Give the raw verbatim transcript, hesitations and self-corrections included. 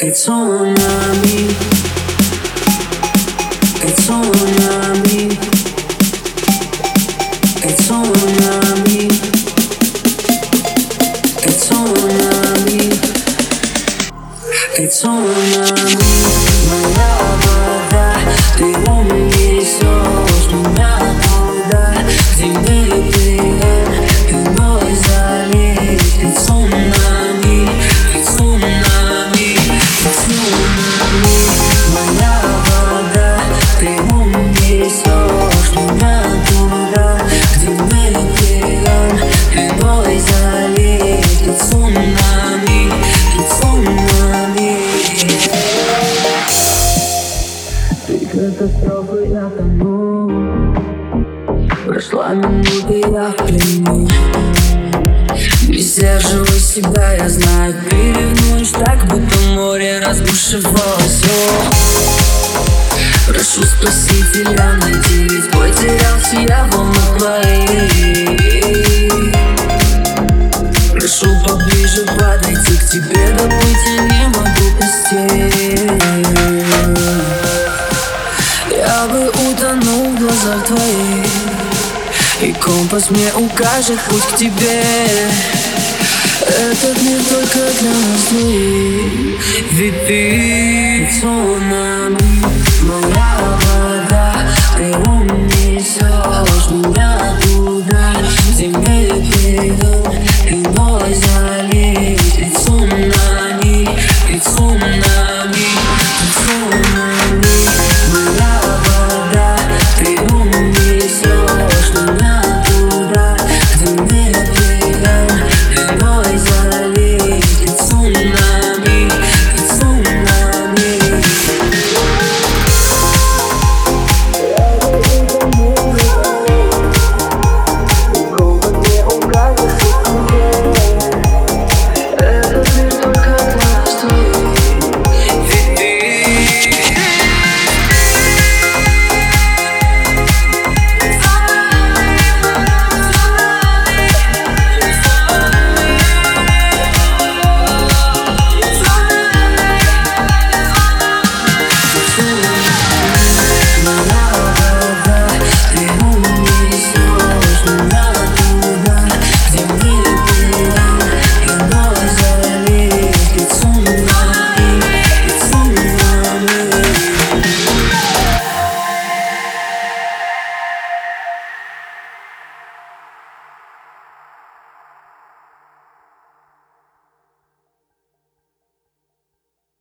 It's all on me. It's all on me. It's all on me. It's all on me. It's all on me. Моя вода, ты унесешь меня туда, где не клеен, и мой залит. It's all on me. It's all on me. It's all on me. Моя вода, ты унесешь меня туда, где не клеен, и мой залит. It's all on me. It's all on me. Ты катастрофы, я тону. Прошла минута, я в плену. Не сдерживай себя, я знаю, ты ревнуешь так, будто море разбушевало все. Прошу спасителя найти, ведь потерялся я в волнах твоих. Прошу поближе подойти к тебе, добыть я не могу постель. Я бы утонул в глазах твоих, и компас мне укажет путь к тебе. Этот мир только для нас двоих, ведь ты — it's all on